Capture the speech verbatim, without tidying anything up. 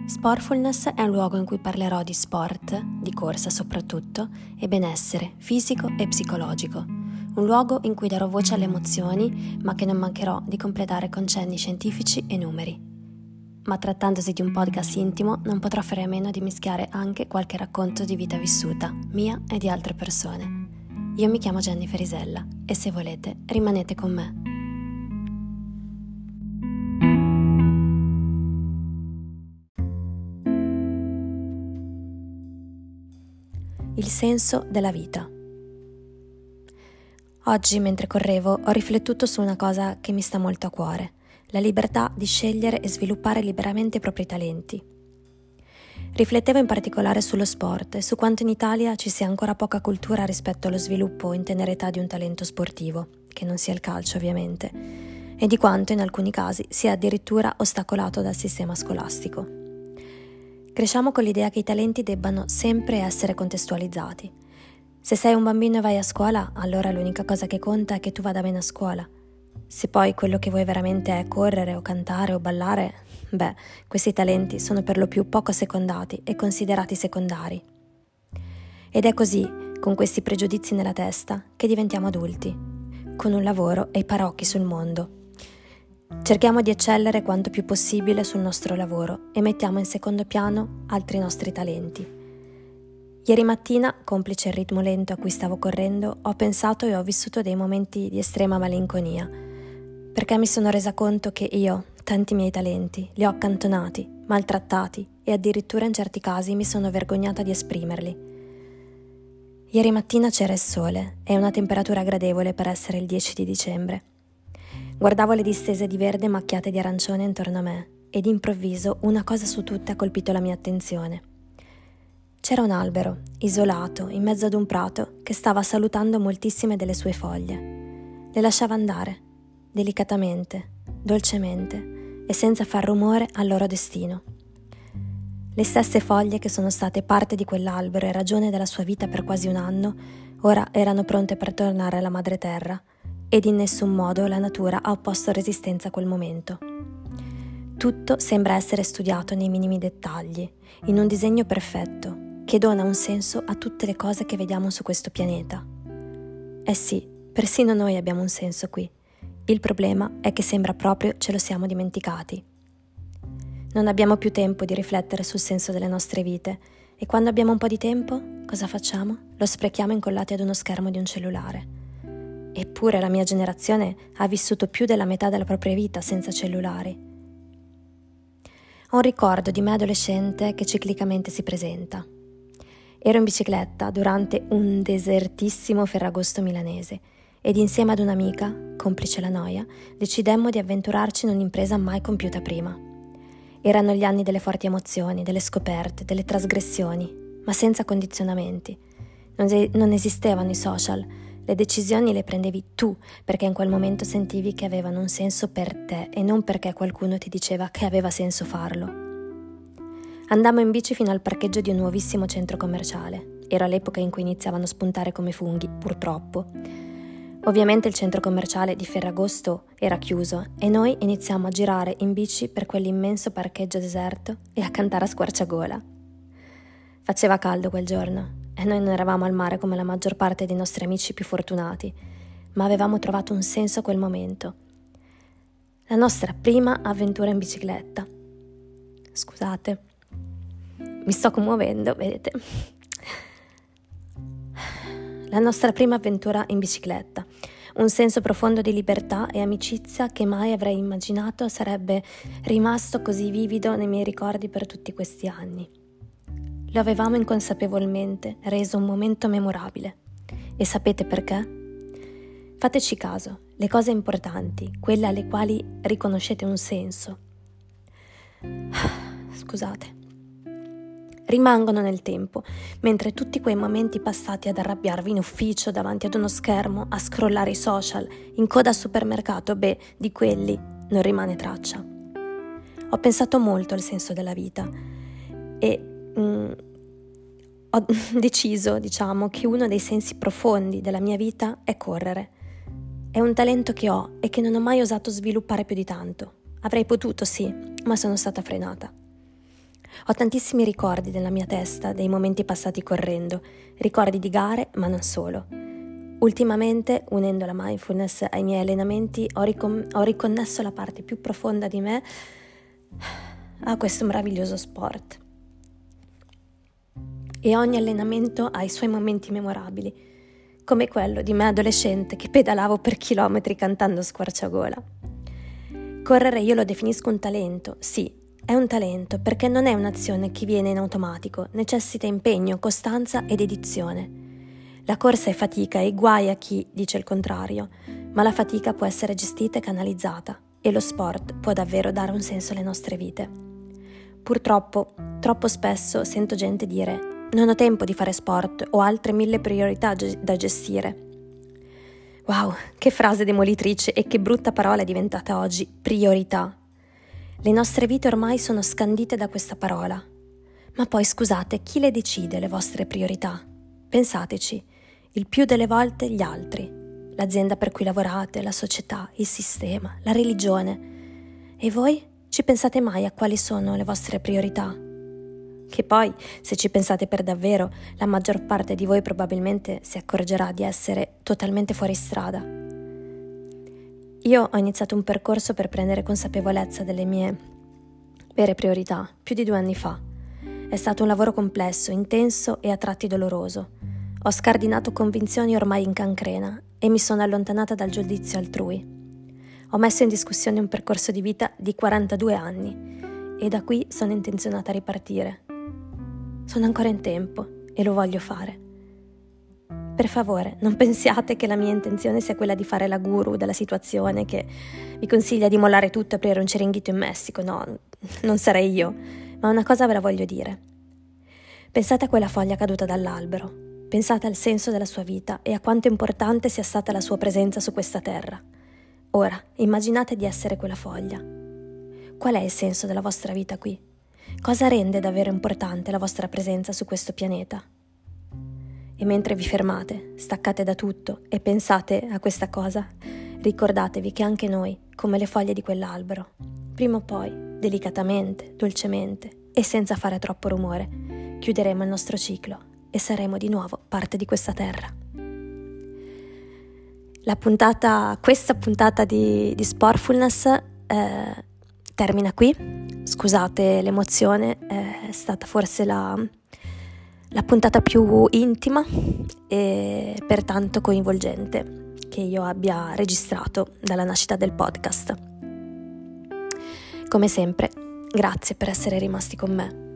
Sportfulness è un luogo in cui parlerò di sport, di corsa soprattutto, e benessere fisico e psicologico. Un luogo in cui darò voce alle emozioni, ma che non mancherò di completare con cenni scientifici e numeri. Ma trattandosi di un podcast intimo, non potrò fare a meno di mischiare anche qualche racconto di vita vissuta, mia e di altre persone. Io mi chiamo Jennifer Isella e se volete rimanete con me. Il senso della vita. Oggi, mentre correvo, ho riflettuto su una cosa che mi sta molto a cuore: la libertà di scegliere e sviluppare liberamente i propri talenti. Riflettevo in particolare sullo sport e su quanto in Italia ci sia ancora poca cultura rispetto allo sviluppo in tenera età di un talento sportivo, che non sia il calcio ovviamente, e di quanto in alcuni casi sia addirittura ostacolato dal sistema scolastico. Cresciamo con l'idea che i talenti debbano sempre essere contestualizzati. Se sei un bambino e vai a scuola, allora l'unica cosa che conta è che tu vada bene a scuola. Se poi quello che vuoi veramente è correre o cantare o ballare, beh, questi talenti sono per lo più poco secondati e considerati secondari. Ed è così, con questi pregiudizi nella testa, che diventiamo adulti, con un lavoro e i paraocchi sul mondo. Cerchiamo di eccellere quanto più possibile sul nostro lavoro e mettiamo in secondo piano altri nostri talenti. Ieri mattina, complice il ritmo lento a cui stavo correndo, ho pensato e ho vissuto dei momenti di estrema malinconia, perché mi sono resa conto che io, tanti miei talenti, li ho accantonati, maltrattati e addirittura in certi casi mi sono vergognata di esprimerli. Ieri mattina c'era il sole e una temperatura gradevole per essere il dieci di dicembre. Guardavo le distese di verde macchiate di arancione intorno a me e d'improvviso una cosa su tutte ha colpito la mia attenzione. C'era un albero, isolato, in mezzo ad un prato, che stava salutando moltissime delle sue foglie. Le lasciava andare, delicatamente, dolcemente e senza far rumore al loro destino. Le stesse foglie che sono state parte di quell'albero e ragione della sua vita per quasi un anno, ora erano pronte per tornare alla madre terra, ed in nessun modo la natura ha opposto resistenza a quel momento. Tutto sembra essere studiato nei minimi dettagli, in un disegno perfetto, che dona un senso a tutte le cose che vediamo su questo pianeta. Eh sì, persino noi abbiamo un senso qui. Il problema è che sembra proprio ce lo siamo dimenticati. Non abbiamo più tempo di riflettere sul senso delle nostre vite, e quando abbiamo un po' di tempo, cosa facciamo? Lo sprechiamo incollati ad uno schermo di un cellulare. Eppure la mia generazione ha vissuto più della metà della propria vita senza cellulari. Ho un ricordo di me adolescente che ciclicamente si presenta. Ero in bicicletta durante un desertissimo Ferragosto milanese ed insieme ad un'amica, complice la noia, decidemmo di avventurarci in un'impresa mai compiuta prima. Erano gli anni delle forti emozioni, delle scoperte, delle trasgressioni, ma senza condizionamenti. Non, es- non esistevano i social. Le decisioni le prendevi tu, perché in quel momento sentivi che avevano un senso per te e non perché qualcuno ti diceva che aveva senso farlo. Andammo in bici fino al parcheggio di un nuovissimo centro commerciale. Era l'epoca in cui iniziavano a spuntare come funghi, purtroppo. Ovviamente il centro commerciale di Ferragosto era chiuso e noi iniziamo a girare in bici per quell'immenso parcheggio deserto e a cantare a squarciagola. Faceva caldo quel giorno. E noi non eravamo al mare come la maggior parte dei nostri amici più fortunati, ma avevamo trovato un senso a quel momento. La nostra prima avventura in bicicletta. Scusate, mi sto commuovendo, vedete? La nostra prima avventura in bicicletta. Un senso profondo di libertà e amicizia che mai avrei immaginato sarebbe rimasto così vivido nei miei ricordi per tutti questi anni. Lo avevamo inconsapevolmente reso un momento memorabile. E sapete perché? Fateci caso, le cose importanti, quelle alle quali riconoscete un senso, scusate, rimangono nel tempo, mentre tutti quei momenti passati ad arrabbiarvi in ufficio, davanti ad uno schermo, a scrollare i social, in coda al supermercato, beh, di quelli non rimane traccia. Ho pensato molto al senso della vita e Mm, ho deciso, diciamo, che uno dei sensi profondi della mia vita è correre. È un talento che ho e che non ho mai osato sviluppare più di tanto. Avrei potuto, sì, ma sono stata frenata. Ho tantissimi ricordi nella mia testa dei momenti passati correndo, ricordi di gare, ma non solo. Ultimamente, unendo la mindfulness ai miei allenamenti, ho, ricon- ho riconnesso la parte più profonda di me a questo meraviglioso sport. E ogni allenamento ha i suoi momenti memorabili, come quello di me adolescente che pedalavo per chilometri cantando squarciagola. Correre io lo definisco un talento, sì, è un talento perché non è un'azione che viene in automatico, necessita impegno, costanza e dedizione. La corsa è fatica e guai a chi dice il contrario, ma la fatica può essere gestita e canalizzata e lo sport può davvero dare un senso alle nostre vite. Purtroppo, troppo spesso sento gente dire «Non ho tempo di fare sport, ho altre mille priorità ge- da gestire». Wow, che frase demolitrice e che brutta parola è diventata oggi, priorità. Le nostre vite ormai sono scandite da questa parola. Ma poi scusate, chi le decide le vostre priorità? Pensateci, il più delle volte gli altri, l'azienda per cui lavorate, la società, il sistema, la religione. E voi ci pensate mai a quali sono le vostre priorità? Che poi, se ci pensate per davvero, la maggior parte di voi probabilmente si accorgerà di essere totalmente fuori strada. Io ho iniziato un percorso per prendere consapevolezza delle mie vere priorità più di due anni fa. È stato un lavoro complesso, intenso e a tratti doloroso. Ho scardinato convinzioni ormai in cancrena e mi sono allontanata dal giudizio altrui. Ho messo in discussione un percorso di vita di quarantadue anni e da qui sono intenzionata a ripartire. Sono ancora in tempo e lo voglio fare. Per favore, non pensiate che la mia intenzione sia quella di fare la guru della situazione che vi consiglia di mollare tutto e aprire un ceringhito in Messico. No, non sarei io, ma una cosa ve la voglio dire. Pensate a quella foglia caduta dall'albero. Pensate al senso della sua vita e a quanto importante sia stata la sua presenza su questa terra. Ora, immaginate di essere quella foglia. Qual è il senso della vostra vita qui? Cosa rende davvero importante la vostra presenza su questo pianeta? E mentre vi fermate, staccate da tutto e pensate a questa cosa, ricordatevi che anche noi, come le foglie di quell'albero, prima o poi, delicatamente, dolcemente e senza fare troppo rumore, chiuderemo il nostro ciclo e saremo di nuovo parte di questa terra. La puntata, questa puntata di, di Sportfulness eh, termina qui. Scusate l'emozione, è stata forse la, la puntata più intima e pertanto coinvolgente che io abbia registrato dalla nascita del podcast. Come sempre, grazie per essere rimasti con me.